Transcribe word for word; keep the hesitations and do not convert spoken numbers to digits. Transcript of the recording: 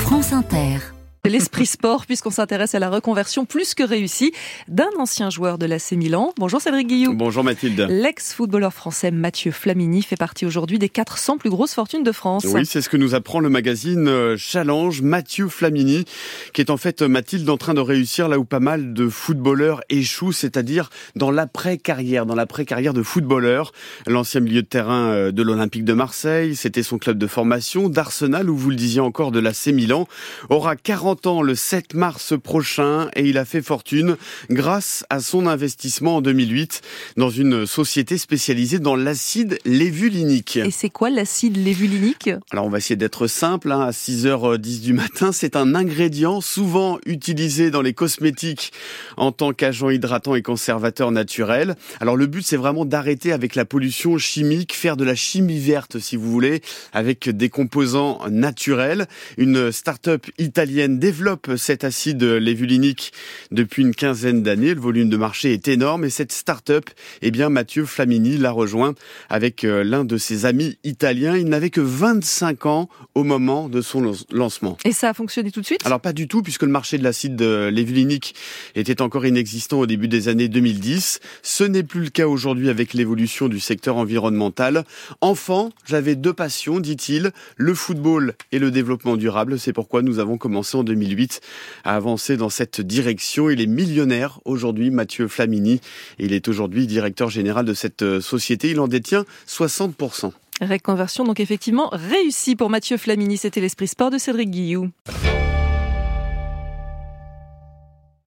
France Inter. L'esprit sport, puisqu'on s'intéresse à la reconversion plus que réussie d'un ancien joueur de l'A C Milan. Bonjour Cédric Guillou. Bonjour Mathilde. L'ex-footballeur français Mathieu Flamini fait partie aujourd'hui des quatre cents plus grosses fortunes de France. Oui, c'est ce que nous apprend le magazine Challenge. Mathieu Flamini, qui est en fait, Mathilde, en train de réussir là où pas mal de footballeurs échouent, c'est-à-dire dans l'après-carrière, dans l'après-carrière de footballeur. L'ancien milieu de terrain de l'Olympique de Marseille, c'était son club de formation, d'Arsenal, ou vous le disiez encore, de l'A C Milan, aura quarante ans le sept mars prochain et il a fait fortune grâce à son investissement en deux mille huit dans une société spécialisée dans l'acide lévulinique. Et c'est quoi l'acide lévulinique ? Alors on va essayer d'être simple, hein, à six heures dix du matin, c'est un ingrédient souvent utilisé dans les cosmétiques en tant qu'agent hydratant et conservateur naturel. Alors le but, c'est vraiment d'arrêter avec la pollution chimique, faire de la chimie verte si vous voulez, avec des composants naturels. Une start-up italienne développe cet acide lévulinique depuis une quinzaine d'années. Le volume de marché est énorme et cette start-up, eh bien, Mathieu Flamini l'a rejoint avec l'un de ses amis italiens. Il n'avait que vingt-cinq ans au moment de son lancement. Et ça a fonctionné tout de suite ? Alors pas du tout, puisque le marché de l'acide lévulinique était encore inexistant au début des années deux mille dix. Ce n'est plus le cas aujourd'hui avec l'évolution du secteur environnemental. Enfant, j'avais deux passions, dit-il, le football et le développement durable. C'est pourquoi nous avons commencé en deux mille huit à avancer dans cette direction. Il est millionnaire aujourd'hui, Mathieu Flamini, et il est aujourd'hui directeur général de cette société. Il en détient soixante pour cent. Reconversion donc effectivement réussie pour Mathieu Flamini. C'était l'Esprit Sport de Cédric Guillou.